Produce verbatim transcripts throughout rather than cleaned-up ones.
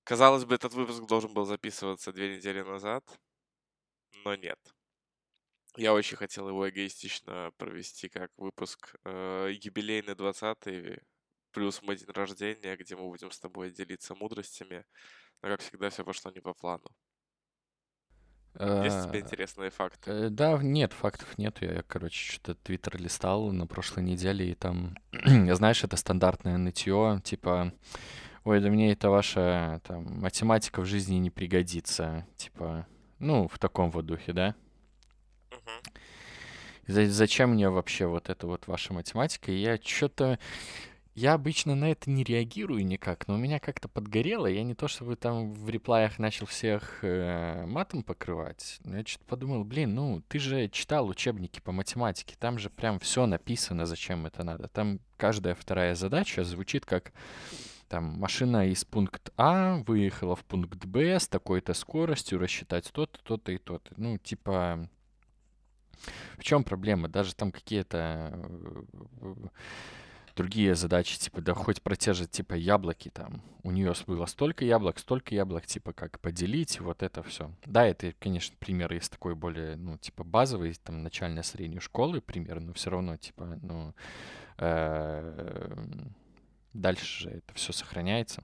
Казалось бы, этот выпуск должен был записываться две недели назад, но нет. Я очень хотел его эгоистично провести как выпуск э, юбилейный двадцатый, плюс мой день рождения, где мы будем с тобой делиться мудростями. Но, как всегда, все пошло не по плану. Есть у тебя Э, интересные факты? э, Да, нет, фактов нет. Я, короче, что-то Твиттер листал на прошлой неделе, и там, знаешь, это стандартное нытье, типа, ой, да мне это ваша там математика в жизни не пригодится, типа, ну, в таком вот духе, да? Мгм. За- Зачем мне вообще вот эта вот ваша математика? И я что-то Я обычно на это не реагирую никак, но у меня как-то подгорело. Я не то чтобы там в реплаях начал всех э, матом покрывать, но я что-то подумал, блин, ну ты же читал учебники по математике, там же прям все написано, зачем это надо. Там каждая вторая задача звучит как там машина из пункта А выехала в пункт Б с такой-то скоростью, рассчитать то-то, то-то и то-то. Ну, типа, в чем проблема? Даже там какие-то э, другие задачи, типа, да хоть про те же, типа, яблоки там. У нее было столько яблок, столько яблок, типа, как поделить, вот это все. Да, это, конечно, пример из такой более, ну, типа, базовой, там, начальной средней школы пример, но все равно, типа, ну, э, дальше же это все сохраняется.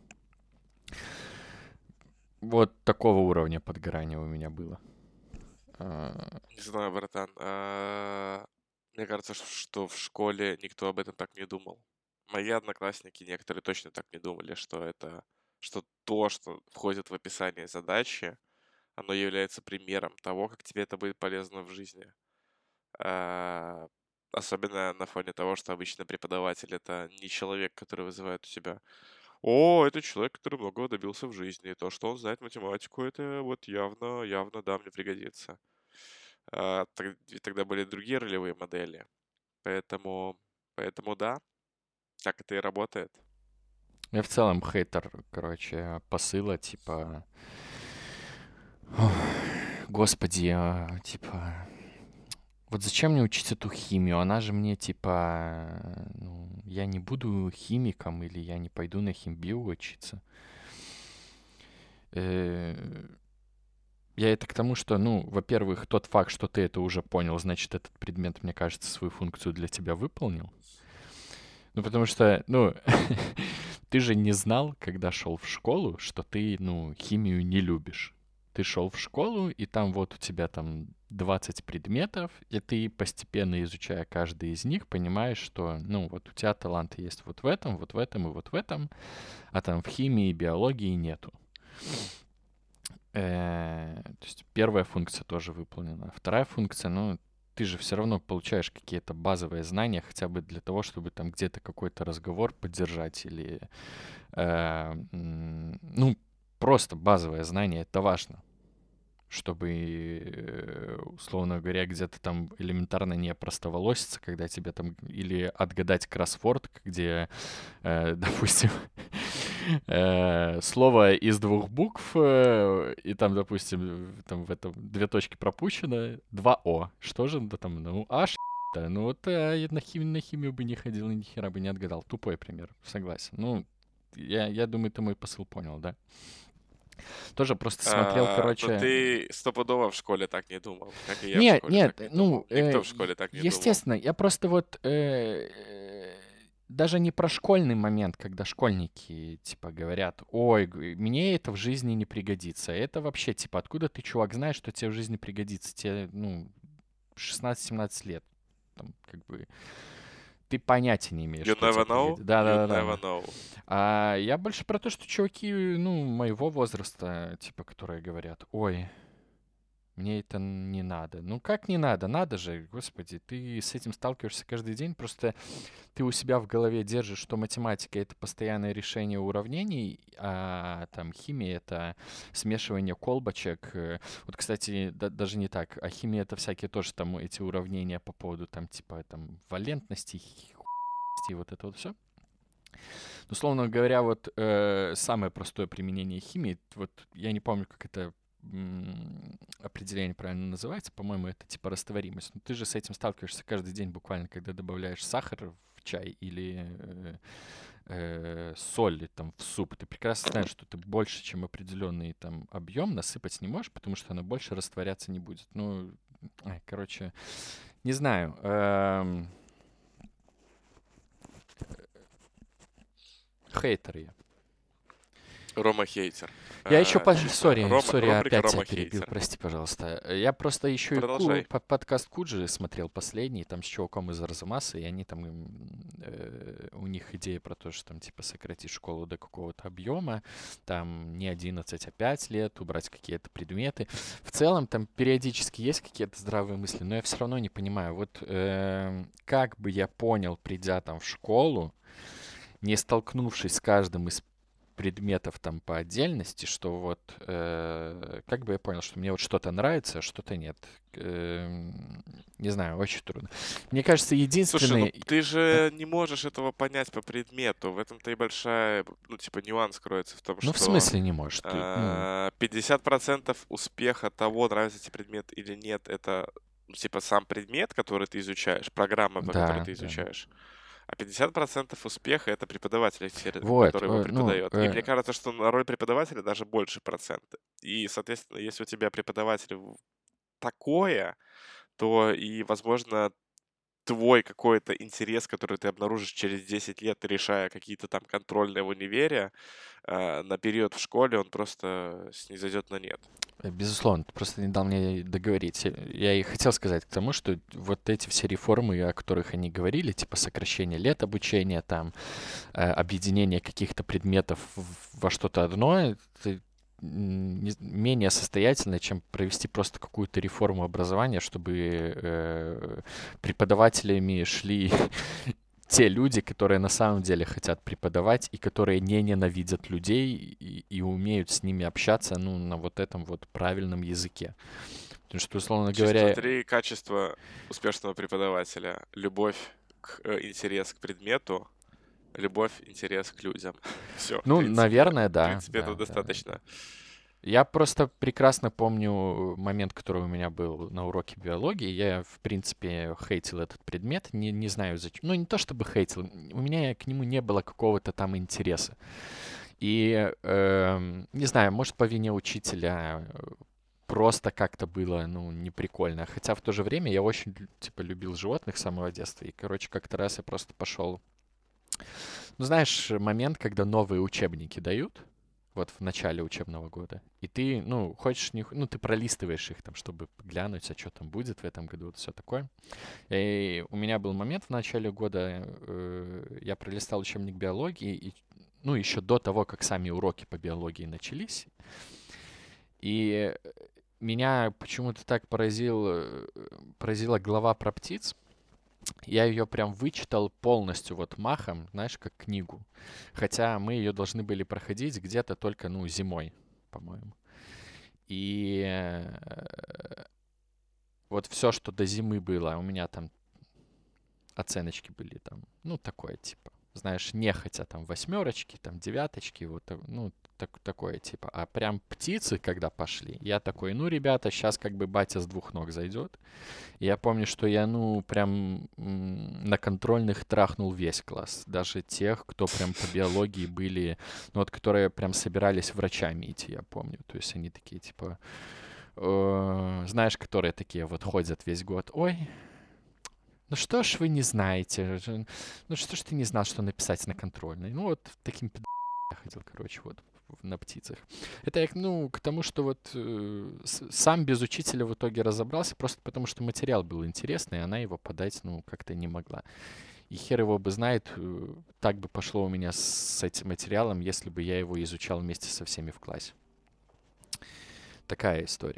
Вот такого уровня подгорания у меня было. А, Не знаю, братан. а, Мне кажется, ш- что в школе никто об этом так не думал. Мои одноклассники некоторые точно так не думали, что это, что то, что входит в описание задачи, оно является примером того, как тебе это будет полезно в жизни. А, Особенно на фоне того, что обычно преподаватель это не человек, который вызывает у тебя: о, это человек, который многого добился в жизни. То, что он знает математику, это вот явно, явно, да, мне пригодится. А, тог- ведь тогда были другие ролевые модели. Поэтому, поэтому да, так это и работает. Я в целом хейтер, короче, посыла, типа, ох, господи, а, типа, вот зачем мне учить эту химию? Она же мне типа, э, ну, я не буду химиком или я не пойду на химбио учиться. Э, Я это к тому, что, ну, во-первых, тот факт, что ты это уже понял, значит, этот предмет, мне кажется, свою функцию для тебя выполнил. Ну, потому что, ну, ты же не знал, когда шел в школу, что ты, ну, химию не любишь. Ты шел в школу, и там вот у тебя там двадцать предметов, и ты, постепенно изучая каждый из них, понимаешь, что, ну, вот у тебя талант есть вот в этом, вот в этом и вот в этом, а там в химии и биологии нету. Э, То есть первая функция тоже выполнена. Вторая функция, ну, ты же все равно получаешь какие-то базовые знания, хотя бы для того, чтобы там где-то какой-то разговор поддержать или, э, м, ну, просто базовое знание, это важно, чтобы, э, условно говоря, где-то там элементарно не простоволоситься, когда тебе там, или отгадать кроссворд, где, э, допустим, э, слово из двух букв, э, и там, допустим, там в этом две точки пропущено, два О. Что же это там? Ну, аж да, ну вот э, я на химию, на химию бы не ходил и ни хера бы не отгадал. Тупой пример, согласен. Ну, я, я думаю, ты мой посыл понял, да? Тоже просто смотрел, А, но короче... ты стопудово в школе так не думал, как и я в Нет, школе нет, так не ну, думал. э, Никто в е- школе так не думал. естественно, я просто вот э, э, даже не про школьный момент, когда школьники, типа, говорят, ой, г- мне это в жизни не пригодится. Это вообще, типа, откуда ты, чувак, знаешь, что тебе в жизни пригодится? Тебе, ну, шестнадцать-семнадцать лет, там, как бы, ты понятия не имеешь, You что тебе never know, пригодится. you Да-да-да. never know. А я больше про то, что чуваки, ну, моего возраста, типа, которые говорят, ой, мне это не надо. Ну как не надо? Надо же, господи, ты с этим сталкиваешься каждый день, просто ты у себя в голове держишь, что математика — это постоянное решение уравнений, а там химия — это смешивание колбочек. Э, Вот, кстати, да- даже не так, а химия — это всякие тоже там эти уравнения по поводу там типа там валентности, хуйсти, вот это вот все. Условно говоря, вот э, самое простое применение химии, вот я не помню, как это м, определение правильно называется, по-моему, это типа растворимость. Но ты же с этим сталкиваешься каждый день буквально, когда добавляешь сахар чай или э, э, соль там в суп, ты прекрасно знаешь, что ты больше, чем определенный там объем насыпать не можешь, потому что оно больше растворяться не будет. Ну, ай, короче, не знаю. эм, Хейтер я. Рома хейтер. Я еще, А, по... чисто сори, Рома, сори, рубрика опять тебя Рома перебил, хейтер. прости, пожалуйста. Я просто еще и ку... Продолжай. по- подкаст Куджи смотрел последний, там с чуваком из Арзамаса, и они там, им, э, у них идея про то, что там типа сократить школу до какого-то объема, там не одиннадцать, а пять лет, убрать какие-то предметы. В целом там периодически есть какие-то здравые мысли, но я все равно не понимаю, вот э, как бы я понял, придя там в школу, не столкнувшись с каждым из предметов там по отдельности, что вот э, как бы я понял, что мне вот что-то нравится, а что-то нет. Эм, не знаю, очень трудно. Мне кажется, Слушай, ну единственный... ты э, же не можешь этого понять по предмету. В этом-то и большая, ну, типа, нюанс кроется в том, Ну, в что смысле не можешь ты? Ну, а, пятьдесят процентов успеха того, нравится тебе предмет или нет, это, ну, типа, сам предмет, который ты изучаешь, программа, по которой да, ты да. изучаешь. А пятьдесят процентов успеха — это преподаватель, те- Вот, который его э, ну, преподает. И мне э, кажется, что на роль преподавателя даже больше процента. И, соответственно, если у тебя преподаватель в- такое, то и, возможно, твой какой-то интерес, который ты обнаружишь через десять лет, решая какие-то там контрольные в универе, а, на период в школе, он просто снизойдет на нет. безусловно, ты просто не дал мне договорить. Э, Я и хотел сказать к тому, что вот эти все реформы, о которых они говорили, типа сокращение лет обучения, там, э, объединение каких-то предметов в- во что-то одно, это м, не- менее состоятельно, чем провести просто какую-то реформу образования, чтобы э, преподавателями шли те люди, которые на самом деле хотят преподавать и которые не ненавидят людей и, и умеют с ними общаться, ну, на вот этом вот правильном языке. Потому что, условно Чисто говоря, три качества успешного преподавателя. Любовь, к, э, интерес к предмету, любовь, интерес к людям. Все, в ну, принципе, наверное, в да, принципе, этого да, да, да, да. достаточно. Я просто прекрасно помню момент, который у меня был на уроке биологии. Я, в принципе, хейтил этот предмет. Не, не знаю зачем. Ну, не то чтобы хейтил. У меня к нему не было какого-то там интереса. И, эм, не знаю, может, по вине учителя э, просто как-то было, ну, неприкольно. Хотя в то же время я очень, лю- типа, любил животных с самого детства. И, короче, как-то раз я просто пошел... Ну, знаешь, момент, когда новые учебники дают, вот в начале учебного года, и ты, ну, хочешь, не, х- ну, ты пролистываешь их там, чтобы глянуть, а что там будет в этом году, вот все такое. И у меня был момент в начале года, э, я пролистал учебник биологии, и, ну, еще до того, как сами уроки по биологии начались, и меня почему-то так поразил, э, поразила глава про птиц. Я ее прям вычитал полностью вот махом, знаешь, как книгу. Хотя мы ее должны были проходить где-то только, ну, зимой, по-моему. И э, вот все, что до зимы было, у меня там оценочки были там, ну, такое типа, знаешь, нехотя там восьмерочки, там девяточки, вот, э, ну, так, такое типа. А прям птицы, когда пошли, я такой, ну, ребята, сейчас как бы батя с двух ног зайдет. И я помню, что я, ну, прям м, на контрольных трахнул весь класс. Даже тех, кто прям по биологии были, ну, вот, которые прям собирались врачами идти, я помню. То есть они такие, типа, э, знаешь, которые такие вот ходят весь год. Ой, ну что ж вы не знаете? Ж- Ну что ж ты не знал, что написать на контрольной? Ну вот таким пид... я ходил, короче, вот в- на птицах. Это я, к- ну, к тому, что вот э, с- сам без учителя в итоге разобрался, просто потому что материал был интересный, и она его подать, ну, как-то не могла. И хер его бы знает, э, так бы пошло у меня с этим материалом, если бы я его изучал вместе со всеми в классе. Такая история.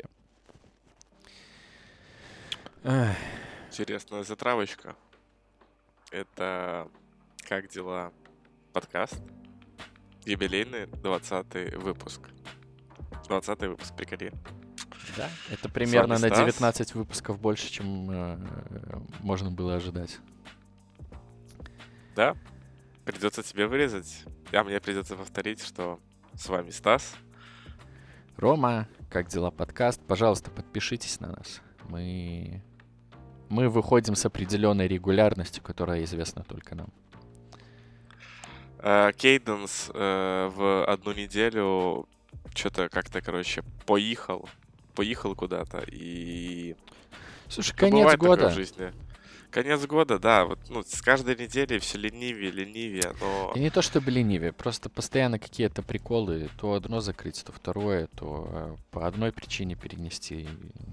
Эх, Интересная затравочка. Это «Как дела?» подкаст. Юбилейный двадцатый выпуск. двадцатый выпуск, приколи. да, это С вами примерно на Стас. девятнадцать выпусков больше, чем э, можно было ожидать. Да, придется тебе вырезать. А мне придется повторить, что с вами Стас. Рома, как дела, подкаст? Пожалуйста, подпишитесь на нас. Мы Мы выходим с определенной регулярностью, которая известна только нам. Кейденс в одну неделю что-то как-то, короче, поехал. Поехал куда-то и... Слушай, Ну, конец бывает такое в года. жизни. Конец года, да. Вот, ну, с каждой неделей все ленивее, ленивее, но... И не то чтобы ленивее, просто постоянно какие-то приколы. То одно закрыть, то второе, то э, по одной причине перенести.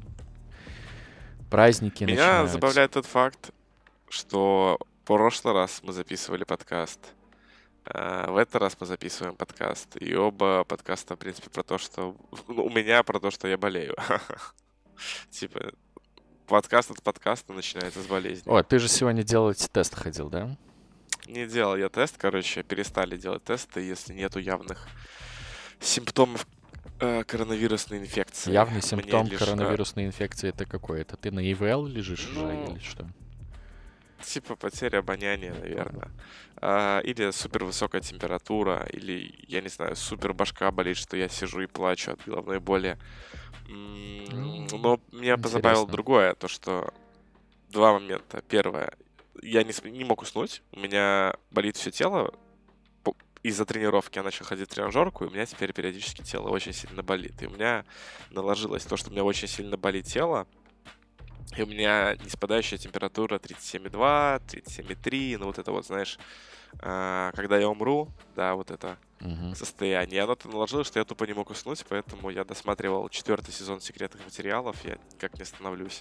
Праздники Меня начинаются. забавляет тот факт, что в прошлый раз мы записывали подкаст, а в этот раз мы записываем подкаст, и оба подкаста, в принципе, про то, что... Ну, у меня про то, что я болею. Типа, подкаст от подкаста начинается с болезни. О, ты же сегодня делал эти тесты, ходил, да? Не делал я тест, короче, перестали делать тесты, если нету явных симптомов э, коронавирусной инфекции. Явный Мне симптом лишь, э, коронавирусной инфекции это какой? Это ты на и ви эл лежишь уже Ну, или что? типа потеря обоняния, наверное. А, или супер высокая температура, или, я не знаю, супер башка болит, что я сижу и плачу от головной боли. М, М, Но меня позабавило Интересно. другое, то что два момента. Первое, я не, см- не мог уснуть, у меня болит все тело. по- Из-за тренировки я начал ходить в тренажерку, и у меня теперь периодически тело очень сильно болит. И у меня наложилось то, что у меня очень сильно болит тело, и у меня не спадающая температура тридцать семь и два, тридцать семь и три, ну вот это вот, знаешь, а, когда я умру, да, вот это Мгм. состояние. И оно-то наложилось, что я тупо не мог уснуть, поэтому я досматривал четвертый сезон «Секретных материалов», я никак не остановлюсь.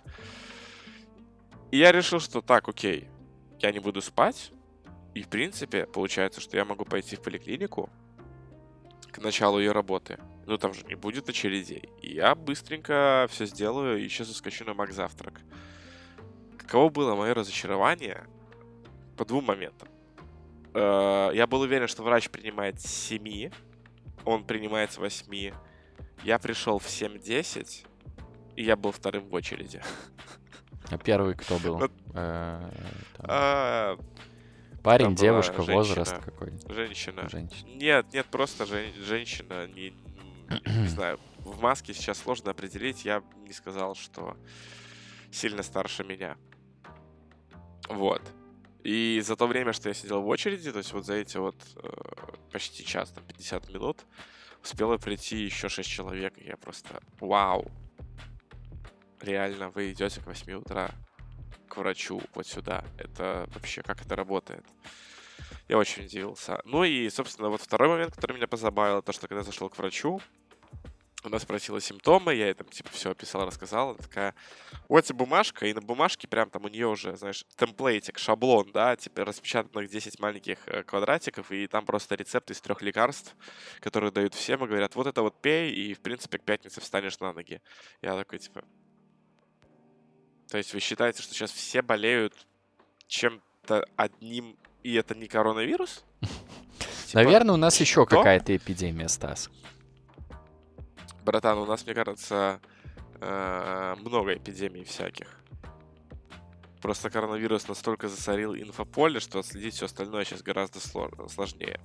И я решил, что так, окей, я не буду спать, и в принципе получается, что я могу пойти в поликлинику к началу ее работы. Ну, там же не будет очередей. И я быстренько все сделаю и еще заскочу на Макзавтрак. Каково было мое разочарование по двум моментам. Э, Я был уверен, что врач принимает с семи, он принимает с восьми. Я пришел в семь десять, и я был вторым в очереди. А первый кто был? Ну, Э, там, а, Парень, Там была девушка, возраст женщина. какой? Женщина. Женщина. Нет, нет, просто жен- женщина. Не, не знаю, в маске сейчас сложно определить. Я бы не сказал, что сильно старше меня. Вот. И за то время, что я сидел в очереди, то есть вот за эти вот э, почти час, там, пятьдесят минут, успело прийти еще шесть человек. И я просто, вау, реально, вы идете к восьми утра к врачу вот сюда. Это вообще, как это работает? Я очень удивился. Ну и, собственно, вот второй момент, который меня позабавил, то, что когда я зашел к врачу, она спросила симптомы, я ей там, типа, все описал, рассказал. Она такая, вот тебе бумажка, и на бумажке прям там у нее уже, знаешь, темплейтик, шаблон, да, типа распечатанных десять маленьких э, квадратиков, и там просто рецепт из трех лекарств, которые дают всем, и говорят, вот это вот пей, и, в принципе, к пятнице встанешь на ноги. Я такой, типа, то есть вы считаете, что сейчас все болеют чем-то одним, и это не коронавирус? Типа, Наверное, у нас еще что? какая-то эпидемия, Стас. Братан, у нас, мне кажется, э, много эпидемий всяких. Просто коронавирус настолько засорил инфополе, что отследить все остальное сейчас гораздо сло- сложнее.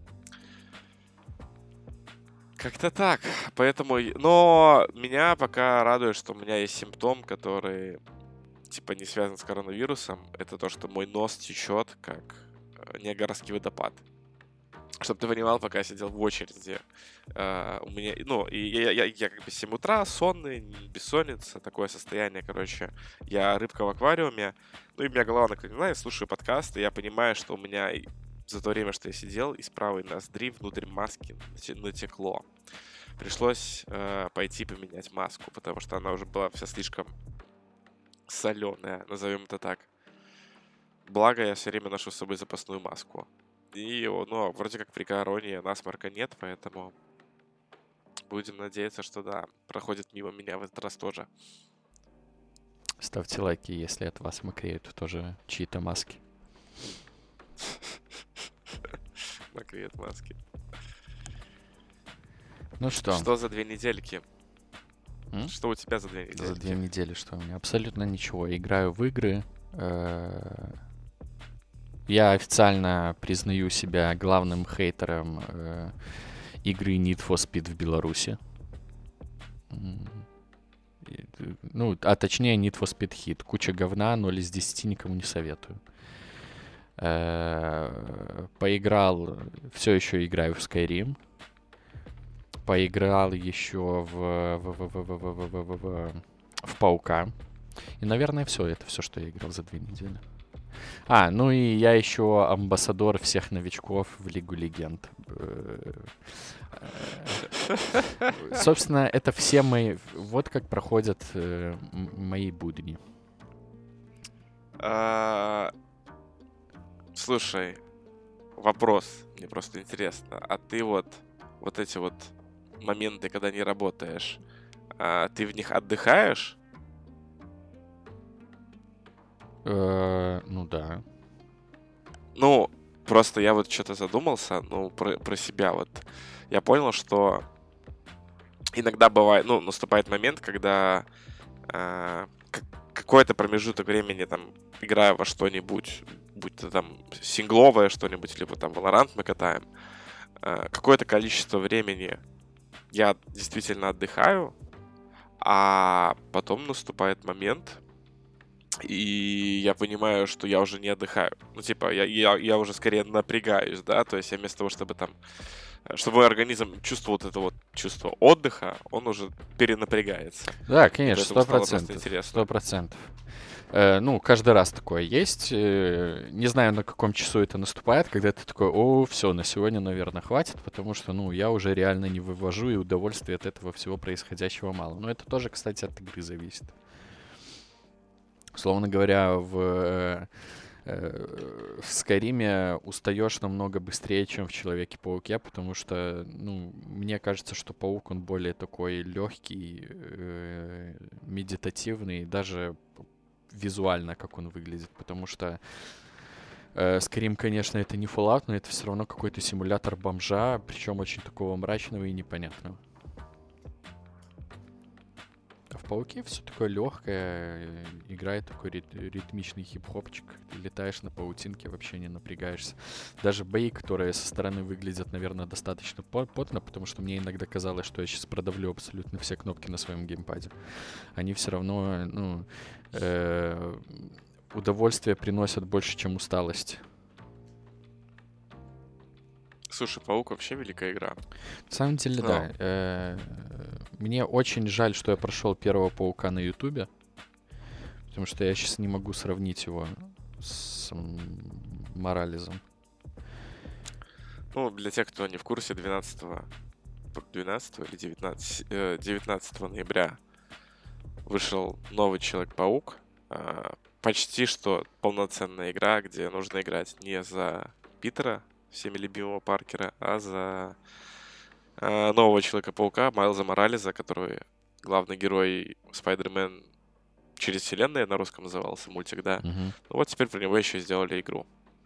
Как-то так. Поэтому... и- Но меня пока радует, что у меня есть симптом, который типа не связан с коронавирусом. Это то, что мой нос течет, как э, Ниагарский водопад. Чтобы ты понимал, пока я сидел в очереди, э, у меня, ну, и я, я, я как бы семь утра, сонный, бессонница, такое состояние, короче. Я рыбка в аквариуме, ну, и у меня голова наклонена, я слушаю подкаст, и я понимаю, что у меня и за то время, что я сидел, из правой ноздри внутрь маски нате- натекло. Пришлось э, пойти поменять маску, потому что она уже была вся слишком соленая, назовем это так. Благо, я все время ношу с собой запасную маску. И, о, ну, вроде как при короне насморка нет, поэтому будем надеяться, что да, проходит мимо меня в этот раз тоже. Ставьте лайки, если от вас мокреют тоже чьи-то маски. Наклеят маски. Ну что, Что за две недельки? м? Что у тебя за две За две недельки? недели что у меня? Абсолютно ничего. Играю в игры. э, Я официально признаю себя главным хейтером э, игры Need for Speed в Беларуси. М, И, ну, а точнее Need for Speed Heat. Куча говна, ноль из десяти, никому не советую. Э, Поиграл, все еще играю в Skyrim. Поиграл еще в, в, в, в, в, в, в, в, в, в- в Паука. И, наверное, все. Это все, что я играл за две недели. А, ну и я еще амбассадор всех новичков в Лигу Легенд. Э, э, Собственно, это все мои... Вот как проходят э, м- мои будни. А, Слушай, вопрос, мне просто интересно. А ты вот, вот эти вот моменты, когда не работаешь, а, ты в них отдыхаешь? Э, Ну да. Ну, просто я вот что-то задумался, ну, про, про себя вот. Я понял, что иногда бывает, ну, наступает момент, когда а, к- какой-то промежуток времени там играю во что-нибудь, будь то там сингловое что-нибудь, либо там Valorant мы катаем, а, какое-то количество времени я действительно отдыхаю, а потом наступает момент, и я понимаю, что я уже не отдыхаю. Ну, типа, я, я, я уже скорее напрягаюсь, да, то есть я вместо того, чтобы там, э, чтобы мой организм чувствовал вот это вот чувство отдыха, он уже перенапрягается. Да, И конечно, поэтому сто стало просто процентов. интересно. Сто процентов. Э, Ну, каждый раз такое есть. Э, Не знаю, на каком часу это наступает, когда ты такой, о, все, на сегодня, наверное, хватит, потому что, ну, я уже реально не вывожу, и удовольствия от этого всего происходящего мало. Но это тоже, кстати, от игры зависит. Условно говоря, в, э, э, в Скайриме устаешь намного быстрее, чем в Человеке-пауке, потому что, ну, мне кажется, что паук, он более такой легкий, э, медитативный, даже визуально, как он выглядит, потому что э, Skyrim, конечно, это не Fallout, но это все равно какой-то симулятор бомжа, причем очень такого мрачного и непонятного. А в Пауке все такое легкое, э, играет такой рит- ритмичный хип-хопчик. Ты летаешь на паутинке, вообще не напрягаешься. Даже бои, которые со стороны выглядят, наверное, достаточно по- потно, потому что мне иногда казалось, что я сейчас продавлю абсолютно все кнопки на своем геймпаде. Они все равно, ну, э, удовольствие приносят больше, чем усталость. Слушай, Паук вообще великая игра. На самом деле, Но да. э, Мне очень жаль, что я прошел первого Паука на Ютубе, потому что я сейчас не могу сравнить его с м, Морализом. ну, для тех, кто не в курсе, двенадцатого, двенадцатого или девятнадцатого, девятнадцатого ноября вышел новый Человек-паук. А, Почти что полноценная игра, где нужно играть не за Питера, всеми любимого Паркера, а за а, нового Человека-паука Майлза Морализа, который главный герой Spider-Man через вселенную на русском назывался мультик, да. Мгм. Ну вот теперь про него еще сделали игру.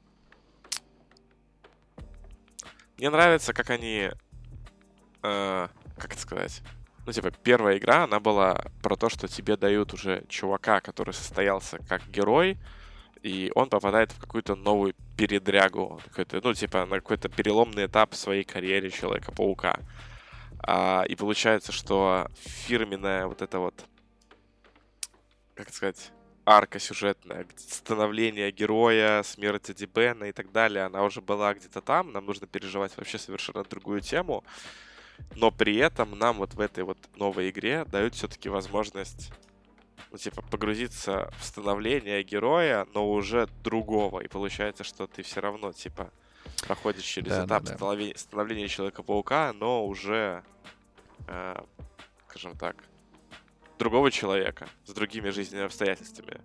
Мне нравится, как они, э, как это сказать, ну, типа, первая игра, она была про то, что тебе дают уже чувака, который состоялся как герой, и он попадает в какую-то новую передрягу, какой-то, ну, типа, на какой-то переломный этап в своей карьере Человека-паука. А, и получается, что фирменная вот эта вот, как это сказать, арка сюжетная, г- становление героя, смерть Эдди Бена и так далее, она уже была где-то там, нам нужно переживать вообще совершенно другую тему, но при этом нам вот в этой вот новой игре дают все-таки возможность, ну, типа, погрузиться в становление героя, но уже другого, и получается, что ты все равно, типа, проходишь через Да, да, этап да. становления, становления Человека-паука, но уже, э, скажем так, другого человека с другими жизненными обстоятельствами.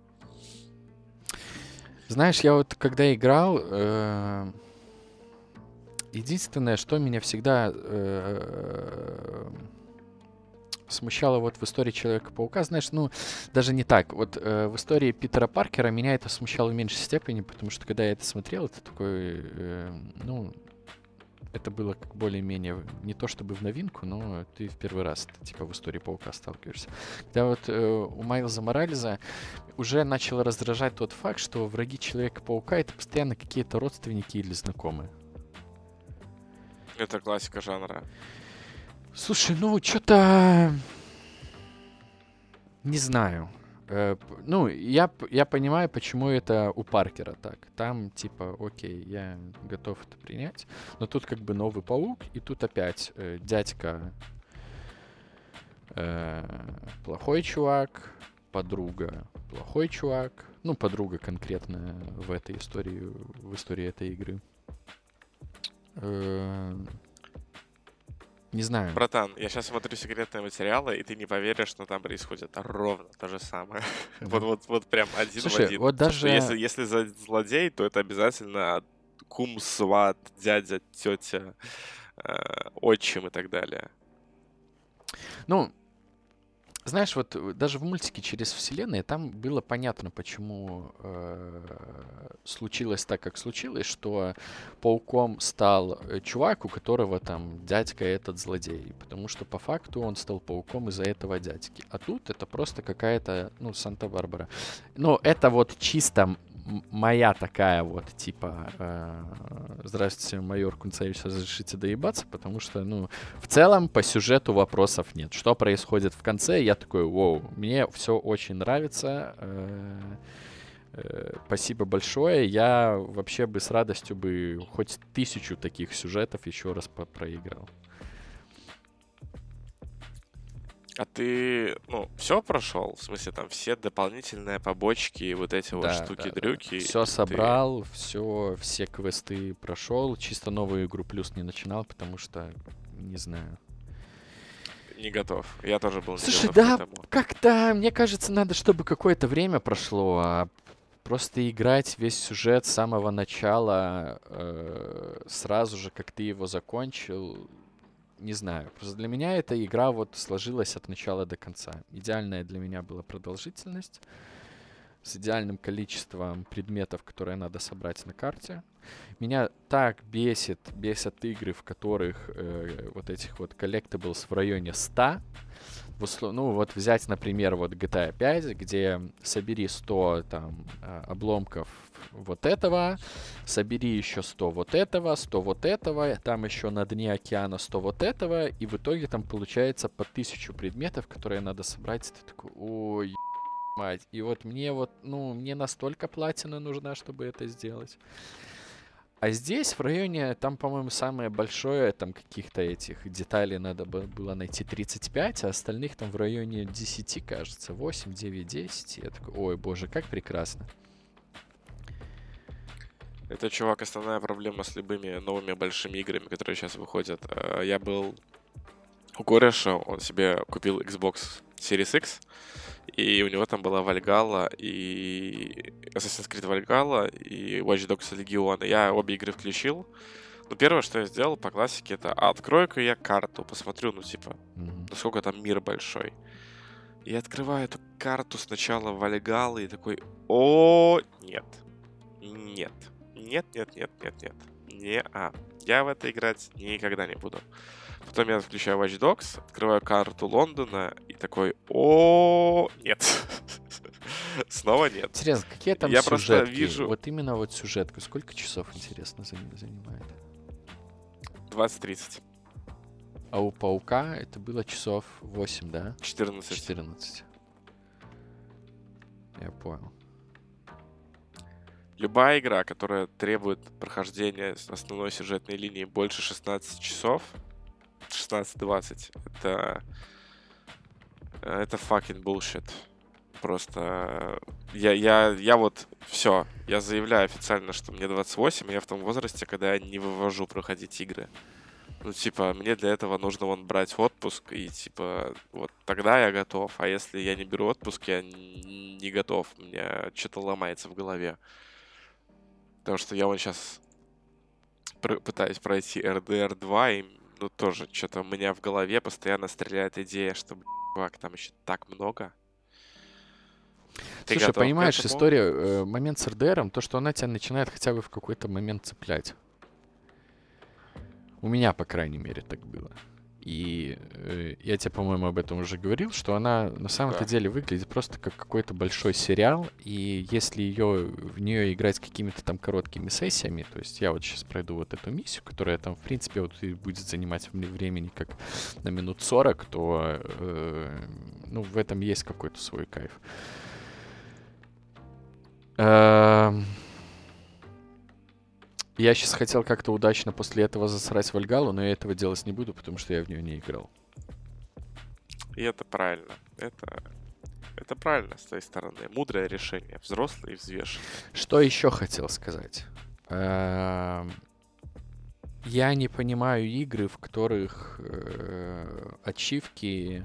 Знаешь, я вот когда играл, э, единственное, что меня всегда э, смущало вот в истории Человека-паука, знаешь, ну, даже не так. Вот э, в истории Питера Паркера меня это смущало в меньшей степени, потому что когда я это смотрел, это такой, э, ну, это было как более-менее не то чтобы в новинку, но ты в первый раз типа в истории Паука сталкиваешься. Когда вот э, у Майлза Морализа уже начало раздражать тот факт, что враги Человека-паука это постоянно какие-то родственники или знакомые. Это классика жанра. Слушай, ну что-то Не знаю. Э, п- Ну, я, п- я понимаю, почему это у Паркера так. Там, типа, окей, я готов это принять. Но тут как бы новый паук, и тут опять э, дядька э, плохой чувак, подруга плохой чувак. Ну, подруга конкретно в этой истории, в истории этой игры. Э, Не знаю. Братан, я сейчас смотрю секретные материалы, и ты не поверишь, что там происходит ровно то же самое. Вот, Мгм. вот, вот прям один в Слушай, один. вот То, что если, даже... если за- злодей, то это обязательно кум, сват, дядя, тетя, э, отчим и так далее. Ну, знаешь, вот э, даже в мультике «Через вселенные» там было понятно, почему э, случилось так, как случилось, что пауком стал э, чувак, у которого там дядька этот злодей. Потому что по факту он стал пауком из-за этого дядьки. А тут это просто какая-то, ну, Санта-Барбара. Ну, это вот чисто м- моя такая вот, типа, э, здравствуйте, майор Кунцевич, разрешите доебаться, потому что, ну, в целом по сюжету вопросов нет. Что происходит в конце, я такой, вау, мне все очень нравится. э, э, Спасибо большое. Я вообще бы с радостью бы хоть тысячу таких сюжетов еще раз по- проиграл. А ты, ну, все прошел? В смысле, там все дополнительные побочки и вот эти вот Да, да, да. штуки-дрюки Все ты собрал, все, все квесты прошел. Чисто новую игру плюс не начинал, потому что не знаю. не готов. Я тоже был не Слушай, готов к да, этому. как-то, мне кажется, надо, чтобы какое-то время прошло, а просто играть весь сюжет с самого начала, э, сразу же, как ты его закончил, не знаю. Просто для меня эта игра вот сложилась от начала до конца. Идеальная для меня была продолжительность с идеальным количеством предметов, которые надо собрать на карте. Меня так бесит, бесят игры, в которых э, вот этих вот collectibles в районе ста. В услов- Ну, вот взять, например, вот джи ти эй пять, где собери сто там а, обломков вот этого, собери еще сто вот этого, сто вот этого, там еще на дне океана сто вот этого, и в итоге там получается по тысячу предметов, которые надо собрать. И ты такой, ой, мать. И вот мне вот, ну, мне настолько платина нужна, чтобы это сделать. А здесь в районе, там, по-моему, самое большое, там каких-то этих деталей надо бы- было найти тридцать пять, а остальных там в районе десять, кажется, восемь, девять, десять. Я такой, ой, боже, как прекрасно. Это, чувак, основная проблема с любыми новыми большими играми, которые сейчас выходят. Э, Я был у кореша, он себе купил Xbox Series X, и у него там была Valhalla и Assassin's Creed Valhalla и Watch Dogs Legion. И я обе игры включил. Но первое, что я сделал по классике, это а, открою-ка я карту, посмотрю, ну, типа, Мгм. насколько там мир большой. И открываю эту карту сначала Valhalla и такой, о, нет, нет, нет, нет, нет, нет, нет, не а. Я в это играть никогда не буду. Потом я включаю Watch Dogs, открываю карту Лондона и такой, о, нет. Снова нет. Интересно, какие там Я просто сюжетки? вижу Вот именно вот сюжетка. Сколько часов, интересно, зан- занимает? двадцать-тридцать, А у Паука это было часов восемь, да? четырнадцать. четырнадцать. Я понял. Любая игра, которая требует прохождения с основной сюжетной линии больше шестнадцати часов, шестнадцать-двадцать, это... Это fucking bullshit. Просто я, я, я вот все, я заявляю официально, что мне двадцать восемь, и я в том возрасте, когда я не вывожу проходить игры. Ну, типа, мне для этого нужно вон брать отпуск, и, типа, вот тогда я готов. А если я не беру отпуск, я н- не готов. У меня что-то ломается в голове. Потому что я вот сейчас пытаюсь пройти эр ди ар два, и, ну, тоже что-то у меня в голове постоянно стреляет идея, что, блин, чувак, там еще так много. Ты Слушай, готов к понимаешь, этому? история, э, момент с эр ди ар, то, что она тебя начинает хотя бы в какой-то момент цеплять. У меня, по крайней мере, так было. И э, я тебе, по-моему, об этом уже говорил, что она на самом-то Да. деле выглядит просто как какой-то большой сериал, и если ее, в нее играть какими-то там короткими сессиями, то есть я вот сейчас пройду вот эту миссию, которая там, в принципе, вот и будет занимать вне- времени как на минут сорок, то, э, ну, в этом есть какой-то свой кайф. Эм, Я сейчас хотел как-то удачно после этого засрать Вальгалу, но я этого делать не буду, потому что я в нее не играл. И это правильно. Это, это правильно с твоей стороны. Мудрое решение. Взрослый и взвешенный. Что еще хотел сказать? Эм, Я не понимаю игры, в которых э, ачивки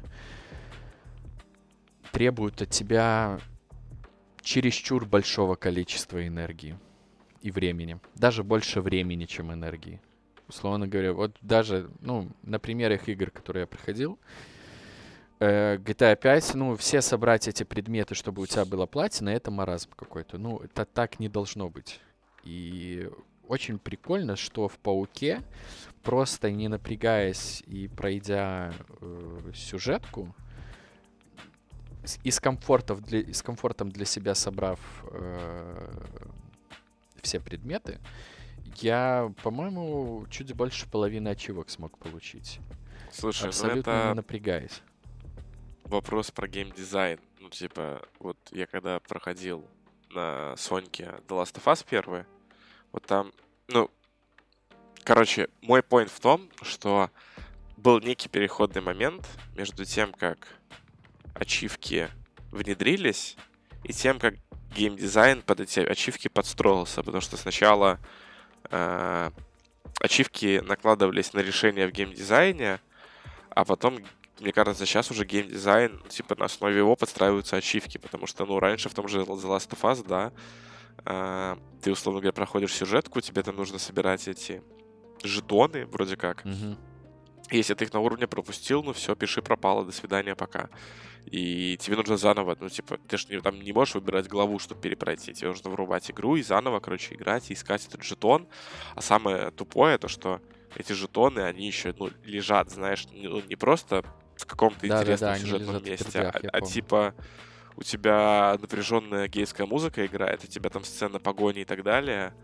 требуют от тебя чересчур большого количества энергии и времени. Даже больше времени, чем энергии. Условно говоря, вот даже, ну, на примерах игр, которые я проходил, э, джи ти эй пять, ну, все собрать эти предметы, чтобы у тебя была платина, это маразм какой-то. Ну, это так не должно быть. И очень прикольно, что в Пауке, просто не напрягаясь и пройдя э, сюжетку, с- и с, комфортов для, и с комфортом для себя собрав э, все предметы, я, по-моему, чуть больше половины ачивок смог получить. Слушай, ну Абсолютно не это напрягаясь. вопрос про геймдизайн. Ну, типа, вот я когда проходил на Соньке The Last of Us первый, вот там, ну, короче, мой point в том, что был некий переходный момент между тем, как ачивки внедрились, и тем, как геймдизайн под эти ачивки подстроился. Потому что сначала э, ачивки накладывались на решения в геймдизайне, а потом, мне кажется, сейчас уже геймдизайн, типа, на основе его подстраиваются ачивки, потому что, ну, раньше в том же The Last of Us, да, э, ты, условно говоря, проходишь сюжетку, тебе там нужно собирать эти жетоны, вроде как. Мгм. Если ты их на уровне пропустил, ну все, пиши пропало, до свидания, пока. И тебе нужно заново, ну, типа, ты же не, там не можешь выбирать главу, чтобы перепройти. Тебе нужно врубать игру и заново, короче, играть и искать этот жетон. А самое тупое, то, что эти жетоны, они еще, ну, лежат, знаешь, не, ну, не просто в каком-то Да-да-да, интересном они сюжетном лежат в месте, дробях, а, я а помню. типа у тебя напряженная гейская музыка играет, у тебя там сцена погони и так далее.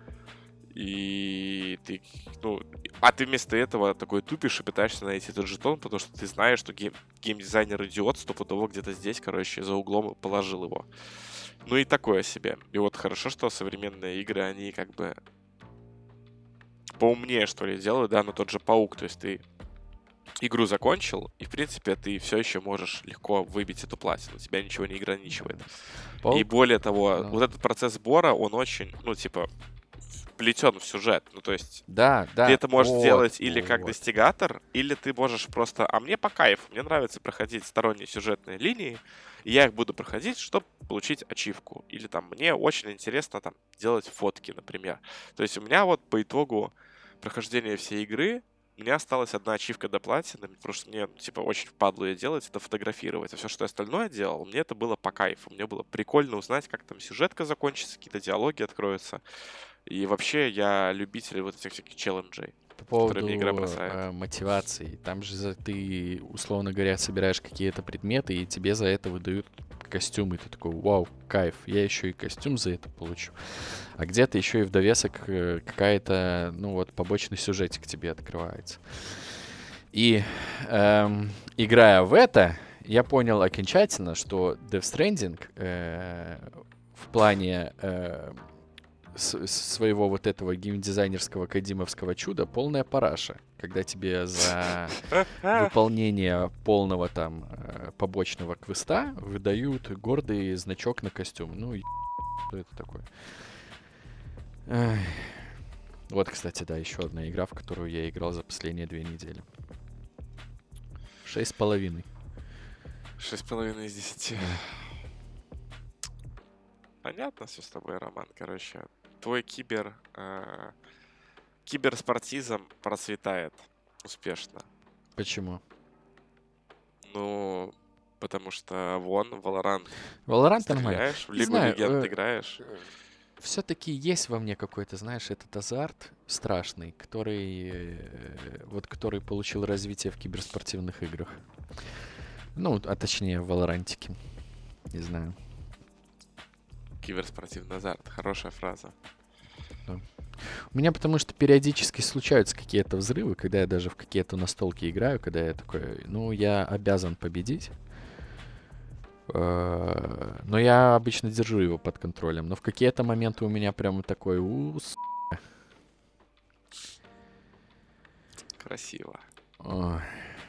И ты, ну, а ты вместо этого такой тупишь и пытаешься найти этот жетон, потому что ты знаешь, что гейм, геймдизайнер идиот стопудово где-то здесь, короче, за углом положил его. Ну и такое себе. И вот хорошо, что современные игры, они как бы поумнее, что ли, делают, да, но тот же Паук, то есть ты игру закончил, и, в принципе, ты все еще можешь легко выбить эту платину, тебя ничего не ограничивает. И Паук, более того, ну, вот этот процесс сбора, он очень, ну, типа, вплетен в сюжет. Ну, то есть да, ты да, это можешь вот, сделать или как вот. достигатор, или ты можешь просто... А мне по кайфу, мне нравится проходить сторонние сюжетные линии, и я их буду проходить, чтобы получить ачивку. Или там мне очень интересно там делать фотки, например. То есть у меня вот по итогу прохождения всей игры у меня осталась одна ачивка до платины, потому что мне, ну, типа, очень впадло ее делать, это фотографировать. А все, что я остальное делал, мне это было по кайфу. Мне было прикольно узнать, как там сюжетка закончится, какие-то диалоги откроются. И вообще я любитель вот этих всяких челленджей, По которые мне игра поводу бросает. э, мотивации. Там же за- ты, условно говоря, собираешь какие-то предметы, и тебе за это выдают костюм, и ты такой, вау, кайф, я еще и костюм за это получу. А где-то еще и в довесок э, какая-то, ну вот, побочный сюжетик тебе открывается. И эм, играя в это, я понял окончательно, что Death Stranding э, в плане э, с- своего вот этого геймдизайнерского кодимовского чуда полная параша. Когда тебе за выполнение полного там э, побочного квеста выдают гордый значок на костюм. Ну, е- что это такое? Эх. Вот, кстати, да, еще одна игра, в которую я играл за последние две недели. Шесть с половиной. Шесть с половиной из десяти. Понятно все с тобой, Роман. Короче, твой кибер... э, киберспортизм процветает успешно. Почему? Ну, потому что вон, Valorant Valorant нормально. стреляешь, в Не Лигу знаю, Легенд э, играешь. все-таки есть во мне какой-то, знаешь, этот азарт страшный, который, э, вот, который получил развитие в киберспортивных играх. Ну, а точнее в Валорантике. Не знаю. Киберспортивный азарт. Хорошая фраза. Да. У меня потому что периодически случаются какие-то взрывы, когда я даже в какие-то настолки играю, когда я такой, ну, я обязан победить. Э, Но я обычно держу его под контролем. Но в какие-то моменты у меня прям такой, у, с***. Красиво. Ой.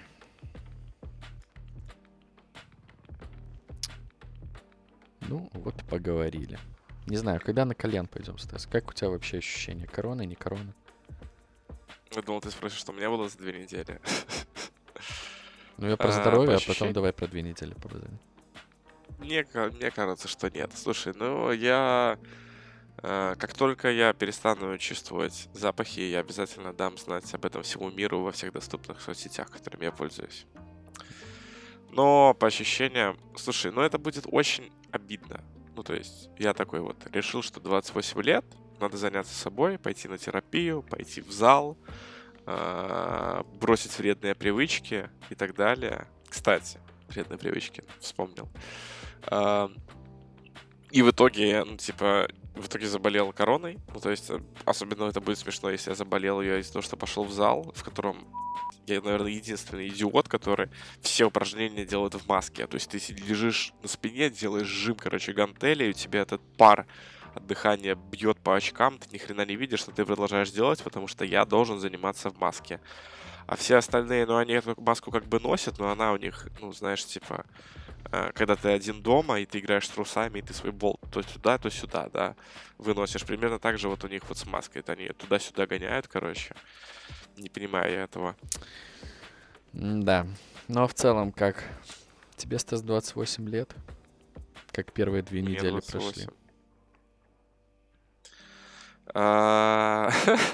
Ну, вот поговорили. Не знаю, когда на кальян пойдем, Стас? Как у тебя вообще ощущения? Корона, не корона? Я думал, ты спросишь, что у меня было за две недели. Ну, я про А, здоровье, по а потом ощущениям, давай про две недели побазарим. мне, ка- мне кажется, что нет. Слушай, ну я... э, Как только я перестану чувствовать запахи, я обязательно дам знать об этом всему миру во всех доступных соцсетях, которыми я пользуюсь. Но по ощущениям, слушай, ну это будет очень обидно. Ну, то есть, я такой вот решил, что двадцать восемь лет, надо заняться собой, пойти на терапию, пойти в зал, а, бросить вредные привычки и так далее. Кстати, вредные привычки, вспомнил. А, И в итоге, я, ну, типа, в итоге заболел короной. Ну, то есть, э, особенно это будет смешно, если я заболел ее из-за того, что пошел в зал, в котором я, наверное, единственный идиот, который все упражнения делает в маске. То есть ты си- лежишь на спине, делаешь жим, короче, гантели, и у тебя этот пар от дыхания бьет по очкам, ты ни хрена не видишь, что ты продолжаешь делать, потому что я должен заниматься в маске. А все остальные, ну, они эту маску как бы носят, но она у них, ну, знаешь, типа, э, когда ты один дома, и ты играешь с трусами, и ты свой болт то сюда, то сюда, да, выносишь. Примерно так же вот у них вот с маской. Это они туда-сюда гоняют, короче. Не понимаю я этого. Да. Ну, а в целом, как? Тебе, Стас, двадцать восемь лет? Как первые две Мне недели прошли? двадцать восемь. А,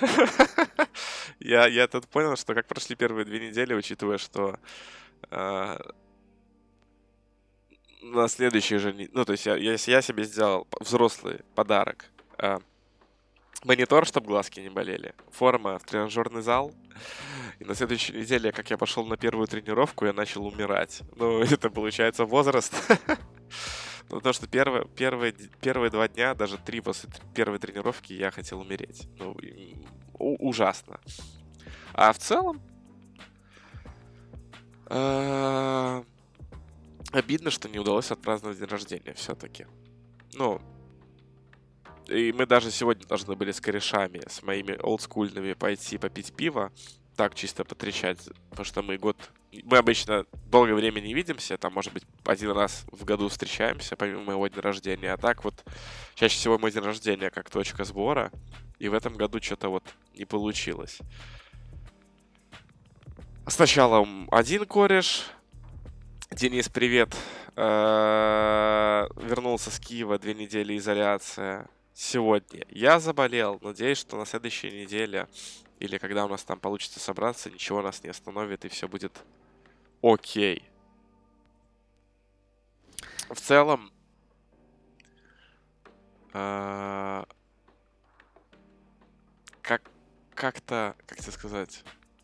Я, я тут понял, что как прошли первые две недели, учитывая, что а, на следующей же... не- Ну, то есть я, я, я себе сделал п- взрослый подарок. А, Монитор, чтобы глазки не болели. Форма в тренажерный зал. И на следующей неделе, как я пошел на первую тренировку, я начал умирать. Ну, это получается возраст. Ну, потому что первые, первые, д- первые два дня, даже три после т- первой тренировки, я хотел умереть. Ну, и, м, у- ужасно. А в целом, э, обидно, что не удалось отпраздновать день рождения все-таки. Ну, и мы даже сегодня должны были с корешами, с моими олдскульными пойти попить пиво. Так, чисто потрещать, потому что мы год... Мы обычно долгое время не видимся, там, может быть, один раз в году встречаемся, помимо моего дня рождения. А так вот, чаще всего мой день рождения как точка сбора, и в этом году что-то вот не получилось. Сначала м, один кореш, Денис, привет, э, вернулся с Киева, две недели изоляция. Сегодня я заболел, надеюсь, что на следующей неделе или когда у нас там получится собраться, ничего нас не остановит и все будет окей. В целом, э, как как-то, как тебе сказать,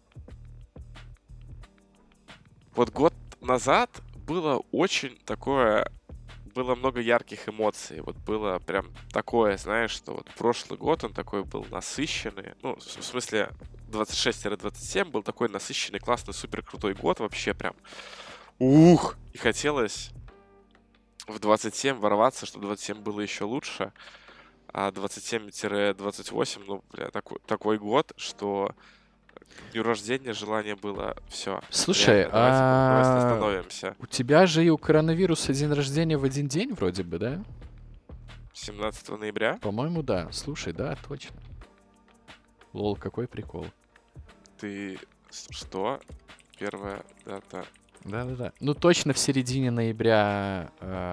вот год назад было очень такое, было много ярких эмоций. Вот было прям такое, знаешь, что вот прошлый год он такой был насыщенный. Ну, в в смысле, двадцать шесть двадцать семь был такой насыщенный, классный, супер крутой год вообще прям. Ух! И хотелось в двадцать семь ворваться, чтобы двадцать семь было еще лучше. А двадцать семь двадцать восемь, ну, бля, такой, такой год, что к дню рождения желание было все. Слушай, Реально, давайте, давайте а остановимся. у тебя же и у коронавируса день рождения в один день вроде бы, да? семнадцатого ноября По-моему, да. Слушай, да, точно. Лол, какой прикол. ты с- что? Первая дата. Да-да-да. Ну, точно в середине ноября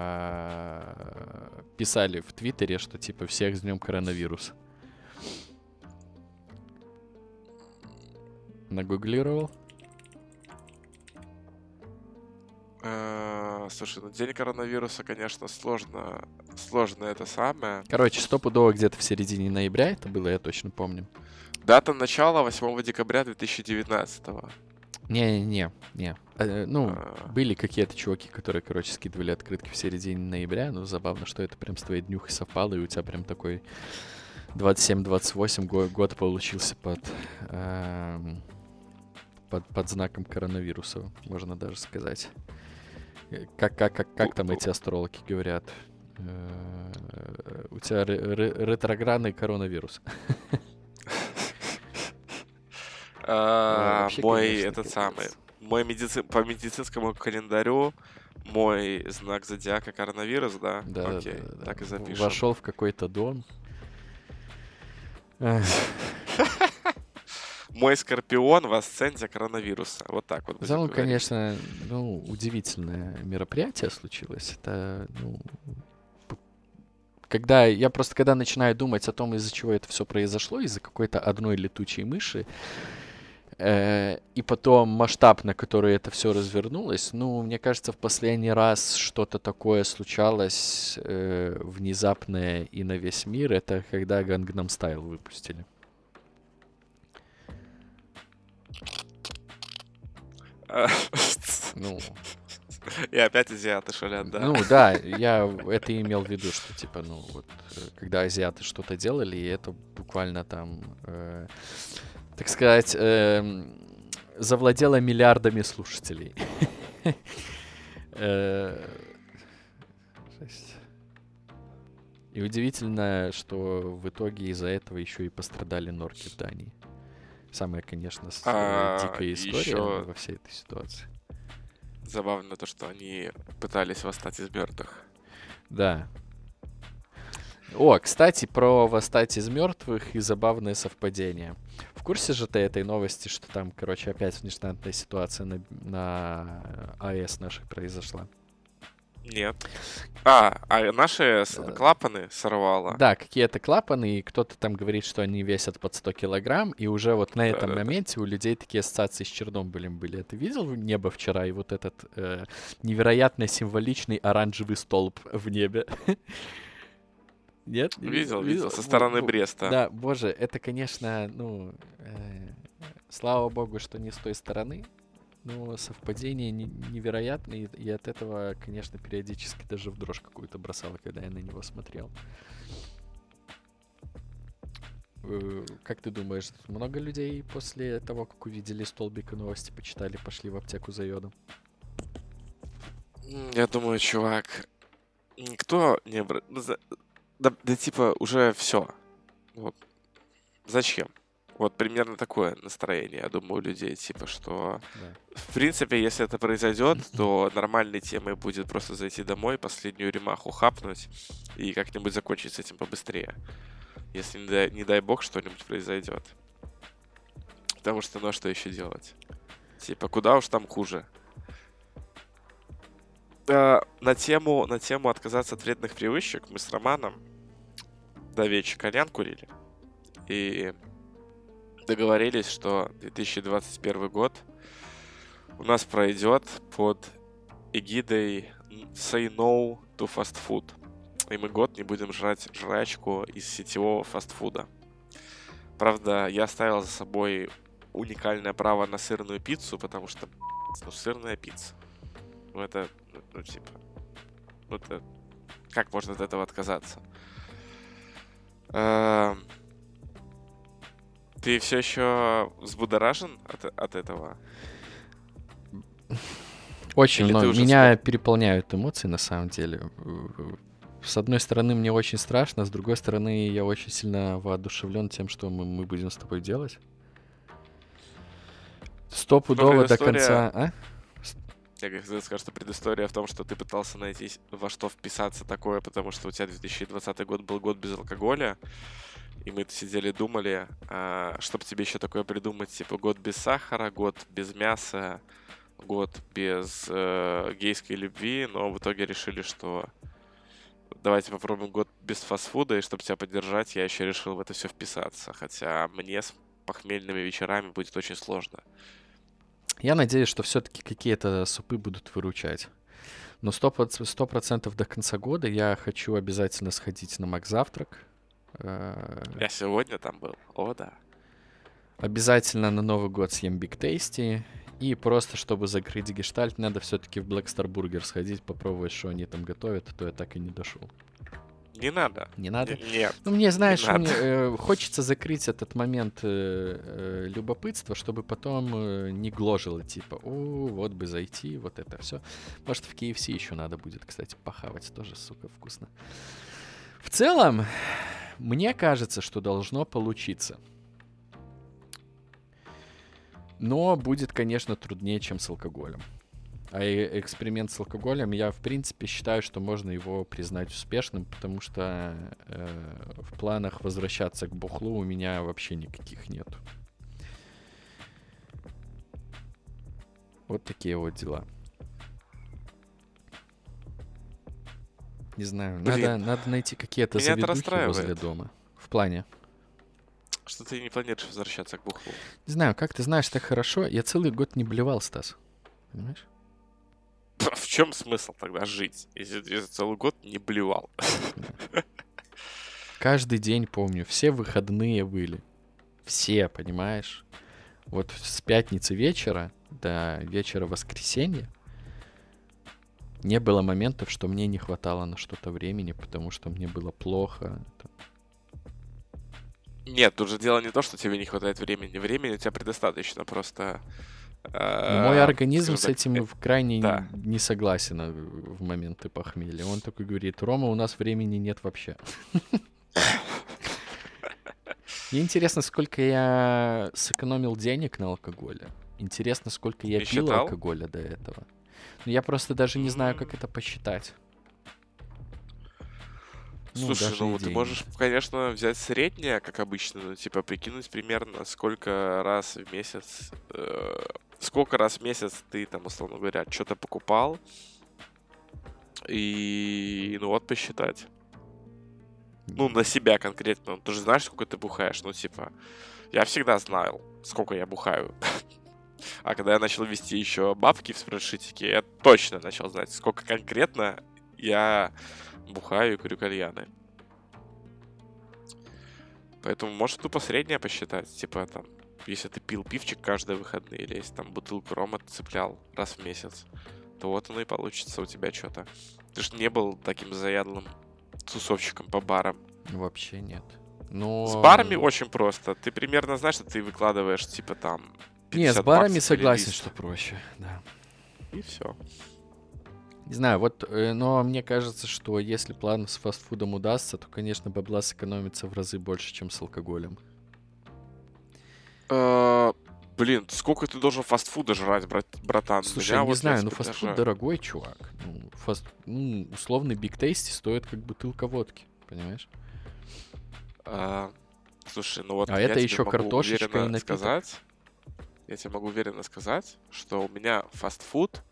а, писали в Твиттере, что типа всех с днем коронавируса. Нагуглировал? Э, слушай, ну день коронавируса, конечно, сложно, сложно это самое. Короче, стопудово где-то в середине ноября это было, я точно помню. Дата начала восьмого декабря две тысячи девятнадцатого. Не-не-не, не. Э, ну, А, были какие-то чуваки, которые, короче, скидывали открытки в середине ноября. Ну, забавно, что это прям с твоей днюхой совпало, и у тебя прям такой двадцать семь двадцать восемь го- год получился под, эм, под, под знаком коронавируса, можно даже сказать. Э, Как, как, как, как там эти астрологи говорят? Э, У тебя ре- ре- ретроградный коронавирус. а, Вообще, Мой конечно, этот самый, капец. мой медици... по медицинскому календарю мой знак зодиака коронавирус, да? Да, да, Окей, да, да. так и В- запишем. Вошел в какой-то дом. Эх, Мой скорпион в асценде коронавируса. Вот так вот В будем целом, говорить. конечно, ну, удивительное мероприятие случилось. Это, ну, п- когда я просто когда начинаю думать о том, из-за чего это все произошло, из-за какой-то одной летучей мыши, э, и потом масштаб, на который это все развернулось, ну, мне кажется, в последний раз что-то такое случалось э, внезапное и на весь мир, это когда Gangnam Style выпустили. А, Ну, И опять азиаты шалят, да. ну да, я это имел в виду, что типа, ну вот, э, когда азиаты что-то делали, и это буквально там, э, так сказать, эм, завладело миллиардами слушателей. Э, жесть. И удивительно, что в итоге из-за этого еще и пострадали норки в Дании. Самая, конечно, с- э, А, дикая история еще во всей этой ситуации. забавно то, что они пытались восстать из мертвых. Да. О, кстати, про восстать из мертвых и забавное совпадение. В курсе же ты этой новости, что там, короче, опять внештатная ситуация на, на АЭС нашей произошла? Нет. А, а наши с- Э, клапаны сорвало. Да, какие-то клапаны, и кто-то там говорит, что они весят под сто килограмм, и уже вот на этом Да-да-да. моменте у людей такие ассоциации с Чернобылем были. Ты видел небо вчера и вот этот э, невероятно символичный оранжевый столб в небе? Нет, не видел? Видел, видел, со Во- стороны во- Бреста. Да, боже, это, конечно, ну, э, слава богу, что не с той стороны, но совпадение не- невероятное, и, и от этого, конечно, периодически даже в дрожь какую-то бросало, когда я на него смотрел. Э, Как ты думаешь, много людей после того, как увидели столбик и новости почитали, пошли в аптеку за йодом? М, Я думаю, чувак, никто не... обра- ну, за- Да, да типа уже все. Вот. Зачем? Вот примерно такое настроение, я думаю, у людей, типа, что, Да. в принципе, если это произойдет, то нормальной темой будет просто зайти домой, последнюю ремаху хапнуть и как-нибудь закончить с этим побыстрее. Если, не дай, не дай бог, что-нибудь произойдет. Потому что, ну а что еще делать? Типа, куда уж там хуже. А, на тему, на тему отказаться от вредных привычек мы с Романом до вечера кальян курили. И договорились, что две тысячи двадцать первый год у нас пройдет под эгидой Say No to Fast Food. И мы год не будем жрать жрачку из сетевого фастфуда. Правда, я оставил за собой уникальное право на сырную пиццу, потому что, ну, сырная пицца. Ну, это, ну, ну, типа, ну, это... Как можно от этого отказаться? Эм, Ты все еще взбудоражен от, от этого? Очень Или ты много. уже Меня смо- переполняют эмоции, на самом деле. Э, С одной стороны, мне очень страшно, с другой стороны, я очень сильно воодушевлен тем, что мы, мы будем с тобой делать. Ну, Стопудово до предыстория... конца, а? Я как всегда скажу, что предыстория в том, что ты пытался найти с- во что вписаться такое, потому что у тебя две тысячи двадцатый год был год без алкоголя, и мы сидели думали, а, чтобы тебе еще такое придумать, типа год без сахара, год без мяса, год без э, гейской любви, но в итоге решили, что давайте попробуем год без фастфуда, и чтобы тебя поддержать, я еще решил в это все вписаться, хотя мне с похмельными вечерами будет очень сложно. Я надеюсь, что все-таки какие-то супы будут выручать. Но сто процентов до конца года я хочу обязательно сходить на Макзавтрак. Э, Я сегодня там был. О, да. Обязательно на Новый год съем Big Tasty. И просто, чтобы закрыть гештальт, надо все-таки в Black Star Burger сходить, попробовать, что они там готовят, а то я так и не дошел. Не надо. Не надо? Не- Нет. Ну, мне, знаешь, надо. мне э, хочется закрыть этот момент э, э, любопытства, чтобы потом э, не гложило, типа, о, вот бы зайти, вот это все. Может, в кей эф си еще надо будет, кстати, похавать, тоже, сука, вкусно. В целом, мне кажется, что должно получиться. Но будет, конечно, труднее, чем с алкоголем. А э- эксперимент с алкоголем, я, в принципе, считаю, что можно его признать успешным, потому что э, в планах возвращаться к бухлу у меня вообще никаких нет. Вот такие вот дела. Не знаю, надо, Блин, надо найти какие-то меня это заведухи возле расстраивает, дома. В плане. что ты не планируешь возвращаться к бухлу. Не знаю, как ты знаешь так хорошо, я целый год не блевал, Стас. Понимаешь? В чем смысл тогда жить, если ты целый год не блевал? Каждый день помню, все выходные были. Все, понимаешь? Вот с пятницы вечера до вечера воскресенья не было моментов, что мне не хватало на что-то времени, потому что мне было плохо. Нет, тут же дело не то, что тебе не хватает времени. Времени у тебя предостаточно, просто... Но мой э, организм с скажем так, этим э, в крайне да. не согласен э, в моменты похмелья. Он такой говорит: Рома, у нас времени нет вообще. Мне интересно, сколько я сэкономил денег на алкоголе. Интересно, сколько я Не пил считал? алкоголя до этого. Но я просто даже не знаю, как М, это посчитать. Ну, Слушай, даже ну ты идей можешь, нет. конечно, взять среднее, как обычно, ну, типа прикинуть примерно, сколько раз в месяц, э, сколько раз в месяц ты там, условно говоря, что-то покупал, и ну вот посчитать. Ну, на себя конкретно. Ты же знаешь, сколько ты бухаешь. Ну, типа, я всегда знал, сколько я бухаю. А когда я начал вести еще бабки в спредшитике, я точно начал знать, сколько конкретно я бухаю и курю кальяны. Поэтому можешь тупо среднее посчитать. Типа там, если ты пил пивчик каждые выходные, или если там бутылку рома цеплял раз в месяц, то вот оно и получится у тебя что-то. Ты же не был таким заядлым тусовщиком по барам. Вообще нет. С барами Но... очень просто. Ты примерно знаешь, что ты выкладываешь, типа там, Не, с пятьдесят барами баксов или согласен, лист. что проще, да. И все. Не знаю, вот, э, но мне кажется, что если план с фастфудом удастся, то, конечно, бабла сэкономится в разы больше, чем с алкоголем. Блин, сколько ты должен фастфуда жрать, брат, братан? Слушай, Меня не вот, я знаю, ну тебе фастфуд даже... дорогой, чувак. Ну, фаст... ну, условный Big Tasty стоит как бутылка водки, понимаешь? а, Слушай, ну вот А я это тебе еще могу картошечка и уверенно напиток. сказать, я тебе могу уверенно сказать, что у меня фастфуд,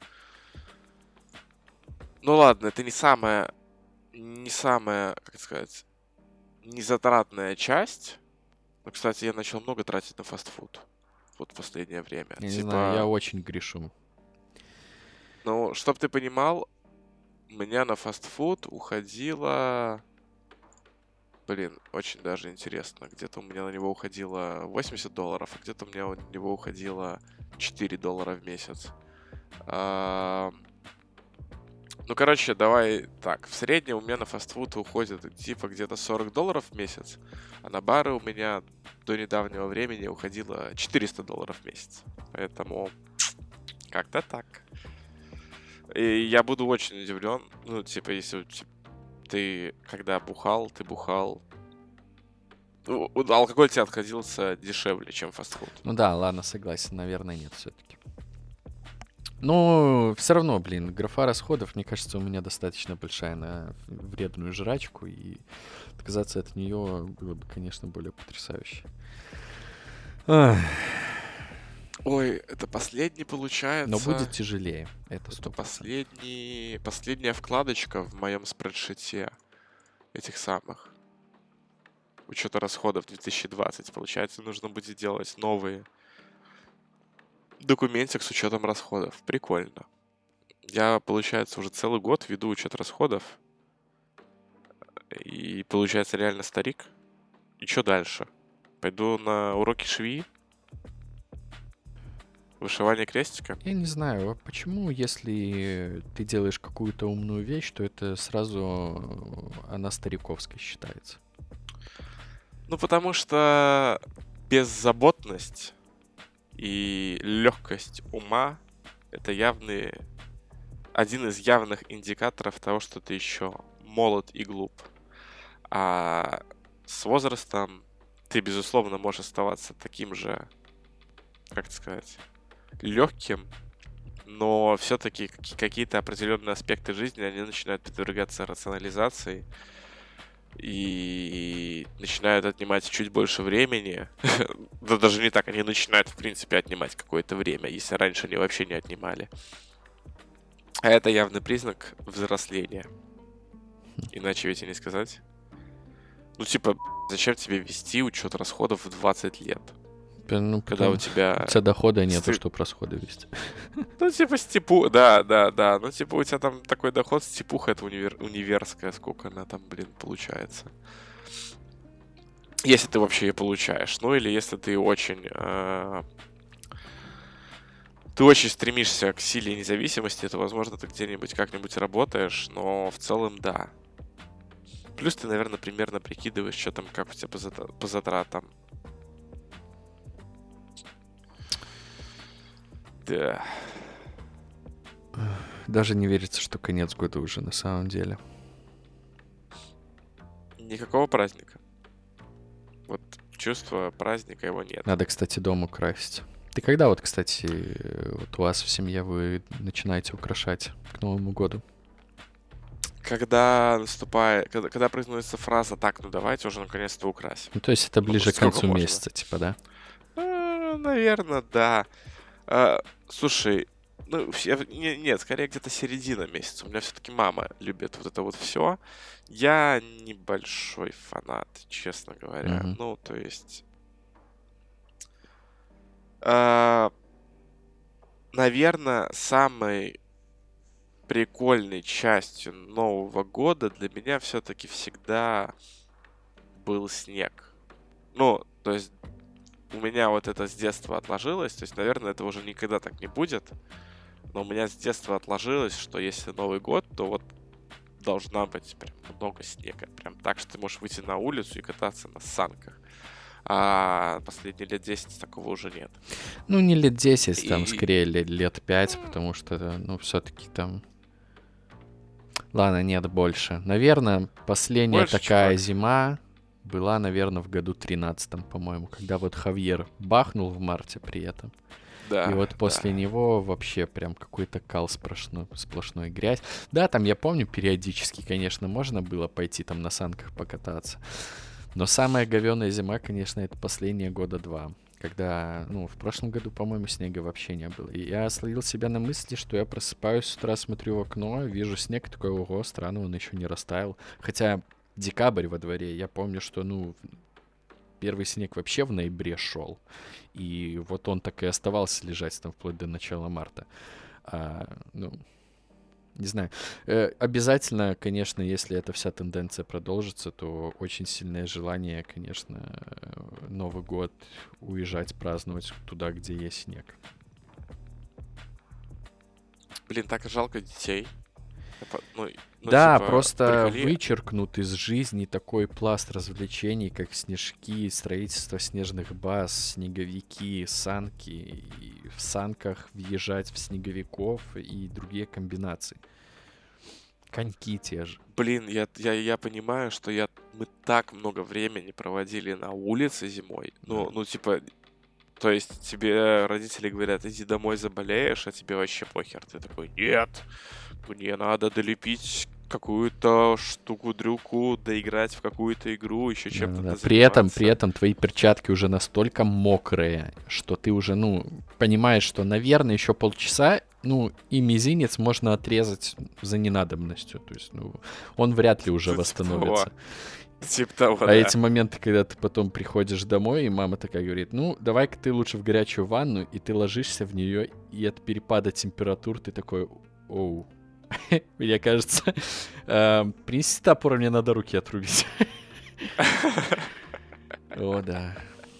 ну ладно, это не самая, не самая, как сказать, незатратная часть. Но, кстати, я начал много тратить на фастфуд вот в последнее время. Я не знаю, я Типа, очень грешу. ну, чтоб ты понимал, у меня на фастфуд уходило... Блин, очень даже интересно. Где-то у меня на него уходило восемьдесят долларов, а где-то у меня на него уходило четыре доллара в месяц. А, Ну, короче, давай так. В среднем у меня на фастфуд уходит типа где-то сорок долларов в месяц, а на бары у меня до недавнего времени уходило четыреста долларов в месяц. Поэтому как-то так. И я буду очень удивлен, ну, типа, если у те- ты, когда бухал, ты бухал... Ну, у- алкоголь тебе отходился дешевле, чем фастфуд. Ну да, ладно, согласен, наверное, нет все-таки. Но все равно, блин, графа расходов, мне кажется, у меня достаточно большая на вредную жрачку, и отказаться от нее было бы, конечно, более потрясающе. Ах, Ой, это последний но будет получается. тяжелее, это сто Это процентов. последний, последняя вкладочка в моем спредшите этих самых. Учета расходов две тысячи двадцать. Получается, нужно будет делать новый документик с учетом расходов. Прикольно. Я, получается, уже целый год веду учет расходов, и, получается, реально старик. И что дальше? Пойду на уроки швеи? Вышивание крестика? Я не знаю, а почему, если ты делаешь какую-то умную вещь, то это сразу э, она стариковской считается? Ну, потому что беззаботность и легкость ума — это явный, один из явных индикаторов того, что ты еще молод и глуп. А с возрастом ты, безусловно, можешь оставаться таким же, как это сказать, легким, но все-таки какие-то определенные аспекты жизни, они начинают подвергаться рационализации и начинают отнимать чуть больше времени. Да даже не так, они начинают, в принципе, отнимать какое-то время, если раньше они вообще не отнимали. А это явный признак взросления. Иначе ведь и не сказать. Ну, типа, зачем тебе вести учет расходов в двадцать лет? Ну, Когда у потому тебя... у тебя дохода нету, сты- чтобы расходы вести. Ну, типа, степу... Да, да, да. Ну, типа, у тебя там такой доход, степуха это универ... универская. Сколько она там, блин, получается. Если ты вообще ее получаешь. Ну, или если ты очень... э, Ты очень стремишься к силе и независимости, то, возможно, ты где-нибудь как-нибудь работаешь, но в целом, да. Плюс ты, наверное, примерно прикидываешь, что там, как у тебя по, зат- по затратам. Да. Даже не верится, что конец года уже на самом деле. Никакого праздника. Вот чувство праздника его нет. Надо, кстати, дом украсить. Ты когда вот, кстати, э, вот у вас в семье вы начинаете украшать к Новому году? Когда наступает, когда, когда произносится фраза «так, ну давайте уже наконец-то украсим». Ну, то есть это Ну, ближе к сколько концу можно? месяца, типа, да? Наверное, да. А, слушай, ну, я- не- нет, скорее где-то середина месяца. У меня все-таки мама любит вот это вот все. Я небольшой фанат, честно говоря. Мгм. Ну, то есть... а, наверное, самой прикольной частью Нового года для меня все-таки всегда был снег. Ну, то есть у меня вот это с детства отложилось. То есть, наверное, это уже никогда так не будет. Но у меня с детства отложилось, что если Новый год, то вот должна быть прям много снега. Прям так, что ты можешь выйти на улицу и кататься на санках. А последние лет десять такого уже нет. Ну, не лет десять, там, И скорее ле- лет пять, потому что, ну, все-таки там... Ладно, нет, больше. Наверное, последняя больше, такая чувак. зима была, наверное, в году тринадцатом, по-моему, когда вот Хавьер бахнул в марте при этом. И Да, вот после да. него вообще прям какой-то кал сплошной, сплошной грязь. Да, там я помню, периодически, конечно, можно было пойти там на санках покататься. Но самая говёная зима, конечно, это последние года два. Когда, ну, в прошлом году, по-моему, снега вообще не было. И я словил себя на мысли, что я просыпаюсь с утра, смотрю в окно, вижу снег, такой, ого, странно, он еще не растаял. Хотя декабрь во дворе, я помню, что, ну, первый снег вообще в ноябре шел. И вот он так и оставался лежать там вплоть до начала марта. А, ну, не знаю. Э, обязательно, конечно, если эта вся тенденция продолжится, то очень сильное желание, конечно, э, Новый год уезжать праздновать туда, где есть снег. Блин, так жалко детей. Я по- Ну, ну, Да, типа, просто приколи. вычеркнут из жизни такой пласт развлечений, как снежки, строительство снежных баз, снеговики, санки, и в санках въезжать в снеговиков и другие комбинации. Коньки те же. Блин, я, я, я понимаю, что я, мы так много времени проводили на улице зимой. Ну, Да. ну, типа, то есть тебе родители говорят, иди домой заболеешь, а тебе вообще похер. Ты такой, нет, мне надо долепить какую-то штуку-дрюку, доиграть в какую-то игру, еще чем-то Да-да-да. При этом, при заниматься. этом твои перчатки уже настолько мокрые, что ты уже, ну, понимаешь, что, наверное, еще полчаса, ну, и мизинец можно отрезать за ненадобностью. То есть, ну, он вряд ли уже Типа восстановится. того. Типа того, А да. эти моменты, когда ты потом приходишь домой, и мама такая говорит, ну, давай-ка ты лучше в горячую ванну, и ты ложишься в нее, и от перепада температур ты такой, Оу. Мне кажется, э, принеси топор, мне надо руки отрубить. О, да.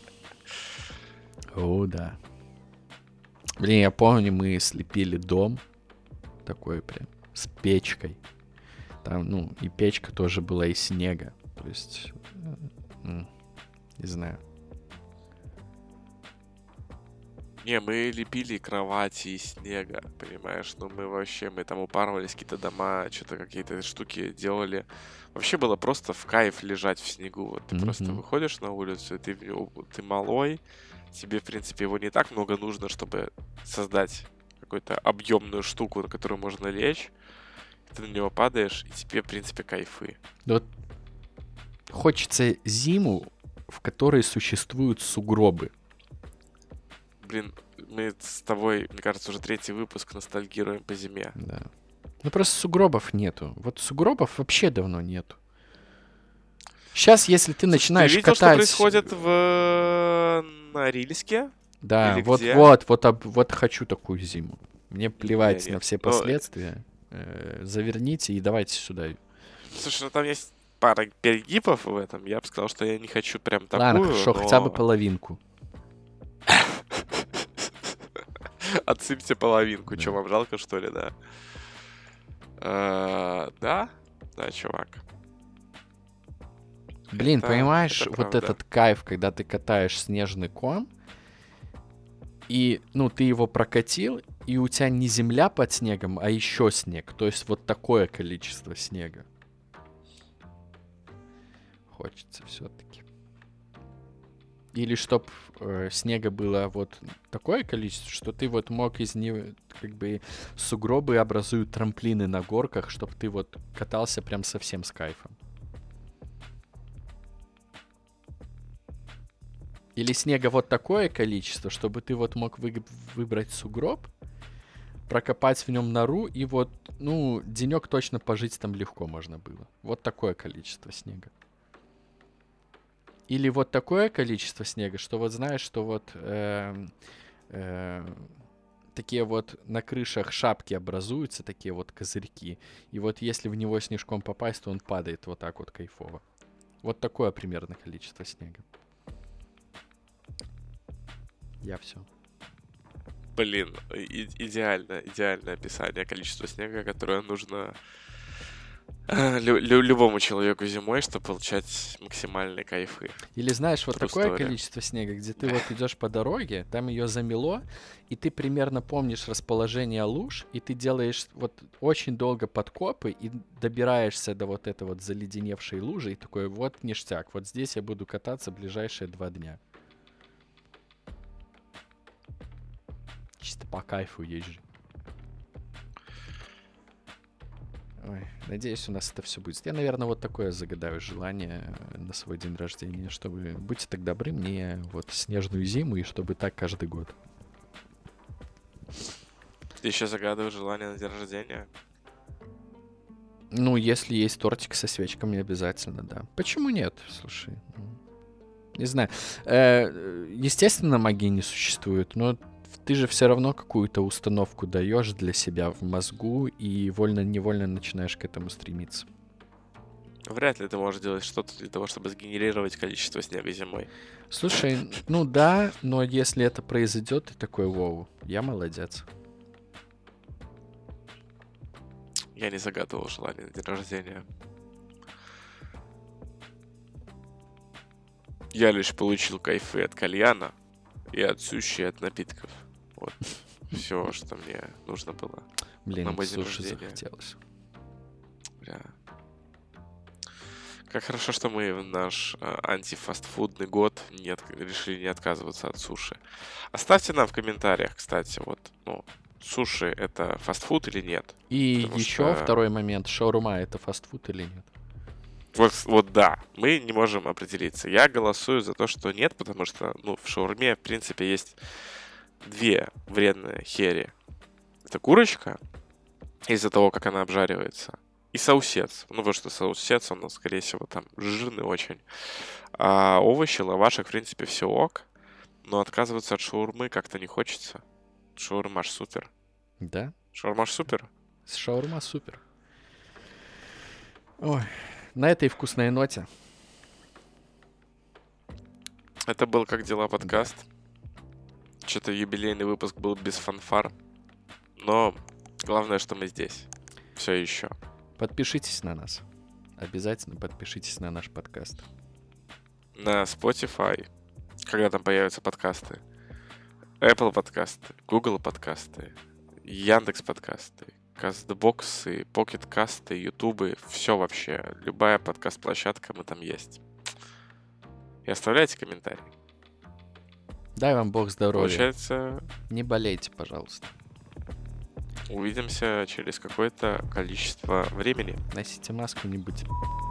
О, да. Блин, я помню, мы слепили дом такой прям с печкой. Там, ну, и печка тоже была из снега. То есть, э, не знаю. Не, мы лепили кровати из снега, понимаешь? Ну, мы вообще, мы там упарывались, какие-то дома, что-то какие-то штуки делали. Вообще было просто в кайф лежать в снегу. Вот ты mm-hmm. просто выходишь на улицу, и ты, ты малой, тебе, в принципе, его не так много нужно, чтобы создать какую-то объемную штуку, на которую можно лечь. Ты на него падаешь, и тебе, в принципе, кайфы. Вот хочется зиму, в которой существуют сугробы. Блин, мы с тобой, мне кажется, уже третий выпуск ностальгируем по зиме. Да. Ну просто сугробов нету. Вот сугробов вообще давно нету. Сейчас, если ты Слушай, начинаешь ты видел, катать... что происходит в Норильске? Да, вот, вот, вот, вот, вот хочу такую зиму. Мне плевать нет, на все последствия. Но... Заверните и давайте сюда. Слушай, ну там есть пара перегибов в этом. Я бы сказал, что я не хочу прям такую. Ладно, хорошо, но... хотя бы половинку. Отсыпьте половинку. Да. Че, вам жалко, что ли, да? А, да? Да, чувак. Блин, это, понимаешь, это вот этот кайф, когда ты катаешь снежный ком, и, ну, ты его прокатил, и у тебя не земля под снегом, а еще снег. То есть вот такое количество снега. Хочется все-таки. Или чтоб э, снега было вот такое количество, что ты вот мог из него, как бы, сугробы образуют трамплины на горках, чтобы ты вот катался прям совсем с кайфом. Или снега вот такое количество, чтобы ты вот мог вы- выбрать сугроб, прокопать в нем нору, и вот, ну, денек точно пожить там легко можно было. Вот такое количество снега. Или вот такое количество снега, что вот знаешь, что вот э, э, такие вот на крышах шапки образуются, такие вот козырьки. И вот если в него снежком попасть, то он падает вот так вот кайфово. Вот такое примерно количество снега. Я все. Блин, и- идеально, идеальное описание количества снега, которое нужно лю- лю- любому человеку зимой, чтобы получать максимальные кайфы. Или знаешь, вот True такое story. количество снега, где ты вот идешь по дороге, там ее замело, и ты примерно помнишь расположение луж, и ты делаешь вот очень долго подкопы и добираешься до вот этой вот заледеневшей лужи, и такой вот ништяк, вот здесь я буду кататься ближайшие два дня. Чисто по кайфу езжу. Ой, надеюсь, у нас это все будет. Я, наверное, вот такое загадаю желание на свой день рождения, чтобы, будьте так добры, мне вот снежную зиму, и чтобы так каждый год. Ты еще загадываешь желание на день рождения? Ну, если есть тортик со свечками, обязательно, да. Почему нет? Слушай, не знаю. Естественно, магии не существует, но ты же все равно какую-то установку даешь для себя в мозгу и вольно-невольно начинаешь к этому стремиться. Вряд ли ты можешь делать что-то для того, чтобы сгенерировать количество снега зимой. Слушай, ну да, но если это произойдет, ты такой, воу, я молодец. Я не загадывал желание на день рождения. Я лишь получил кайфы от кальяна и от суши, и от напитков. Вот все, что мне нужно было. Блин, на мой день суши рождения. захотелось. Бля. Как хорошо, что мы в наш э, антифастфудный год не от... решили не отказываться от суши. Оставьте нам в комментариях, кстати, вот, ну, суши — это фастфуд или нет? И Потому еще что... второй момент, шаурма — это фастфуд или нет? Вот, вот да, мы не можем определиться. Я голосую за то, что нет, потому что, ну, в шаурме, в принципе, есть две вредные хери. Это курочка, из-за того, как она обжаривается, и саусец. Ну, потому что саусец, он, скорее всего, там жирный очень. А овощи, лавашек, в принципе, все ок. Но отказываться от шаурмы как-то не хочется. Шаурма ж супер. Да? Шаурма ж супер. Шаурма супер. Ой, на этой вкусной ноте. Это был «Как дела?» подкаст. Что-то юбилейный выпуск был без фанфар. Но главное, что мы здесь. Все еще. Подпишитесь на нас. Обязательно подпишитесь на наш подкаст. На Spotify, когда там появятся подкасты. Apple подкасты, Google подкасты, Яндекс подкасты, Кастбоксы, Покеткасты, Ютубы. Все вообще. Любая подкаст-площадка, мы там есть. И оставляйте комментарии. Дай вам Бог здоровья. Получается, Не болейте, пожалуйста. увидимся через какое-то количество времени. Носите маску, не будьте